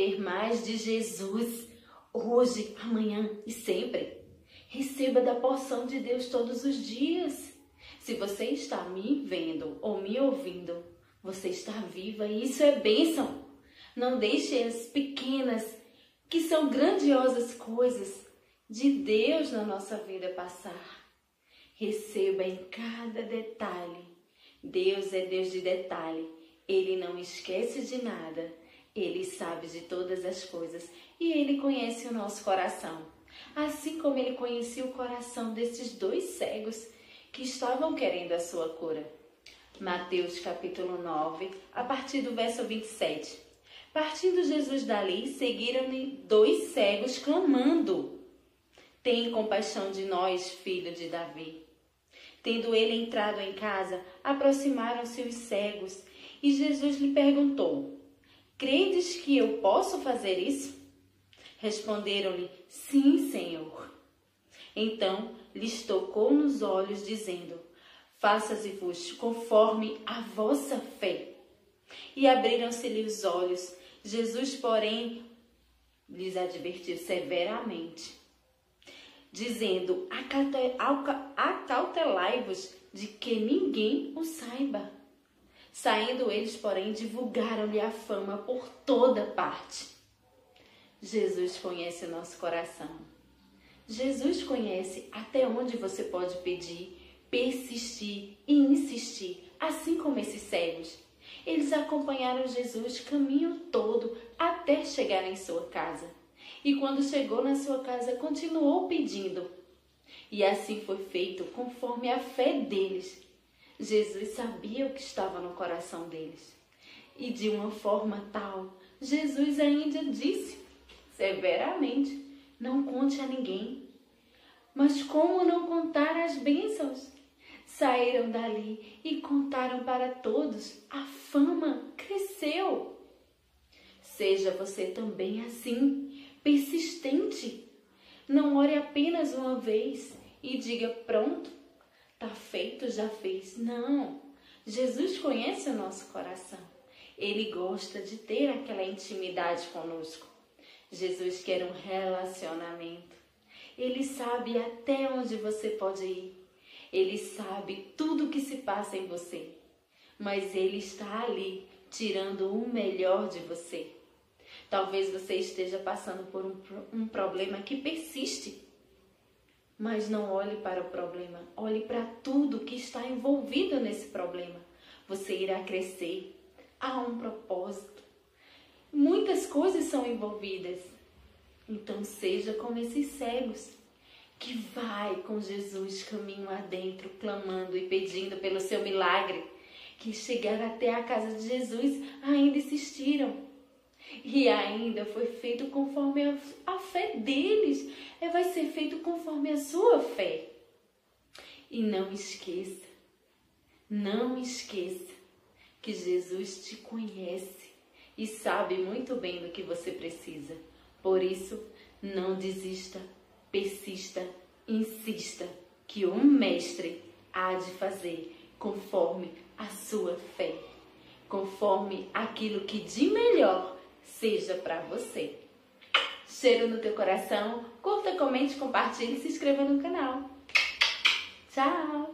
saber mais de Jesus, hoje, amanhã e sempre. Receba da porção de Deus todos os dias. Se você está me vendo ou me ouvindo, você está viva e isso é bênção. Não deixe as pequenas, que são grandiosas coisas de Deus na nossa vida passar. Receba em cada detalhe. Deus é Deus de detalhe. Ele não esquece de nada. Ele sabe de todas as coisas e Ele conhece o nosso coração. Assim como Ele conhecia o coração desses 2 cegos que estavam querendo a sua cura. Mateus capítulo 9, a partir do verso 27. Partindo Jesus dali, seguiram-lhe 2 cegos clamando: tem compaixão de nós, filho de Davi. Tendo ele entrado em casa, aproximaram-se os cegos e Jesus lhe perguntou: credes que eu posso fazer isso? Responderam-lhe: sim, Senhor. Então lhes tocou nos olhos, dizendo: faça-se-vos conforme a vossa fé. E abriram-se-lhe os olhos. Jesus, porém, lhes advertiu severamente, dizendo: acautelai-vos de que ninguém o saiba. Saindo eles, porém, divulgaram-lhe a fama por toda parte. Jesus conhece o nosso coração. Jesus conhece até onde você pode pedir, persistir e insistir, assim como esses cegos. Eles acompanharam Jesus o caminho todo até chegar em sua casa. E quando chegou na sua casa, continuou pedindo. E assim foi feito conforme a fé deles. Jesus sabia o que estava no coração deles. E de uma forma tal, Jesus ainda disse severamente: não conte a ninguém. Mas como não contar as bênçãos? Saíram dali e contaram para todos. A fama cresceu. Seja você também assim, persistente. Não ore apenas uma vez e diga: pronto, tá feito, já fez. Não, Jesus conhece o nosso coração. Ele gosta de ter aquela intimidade conosco. Jesus quer um relacionamento. Ele sabe até onde você pode ir. Ele sabe tudo o que se passa em você. Mas Ele está ali, tirando o melhor de você. Talvez você esteja passando por um problema que persiste. Mas não olhe para o problema, olhe para tudo que está envolvido nesse problema. Você irá crescer. Há um propósito. Muitas coisas são envolvidas. Então seja como esses cegos, que vai com Jesus caminho adentro, clamando e pedindo pelo seu milagre, que chegaram até a casa de Jesus, ainda insistiram. E ainda foi feito conforme a fé deles. Vai ser feito conforme a sua fé. E não esqueça que Jesus te conhece e sabe muito bem do que você precisa. Por isso, não desista, persista, insista, que o Mestre há de fazer conforme a sua fé, conforme aquilo que de melhor seja para você. Cheiro no teu coração, curta, comente, compartilhe e se inscreva no canal. Tchau!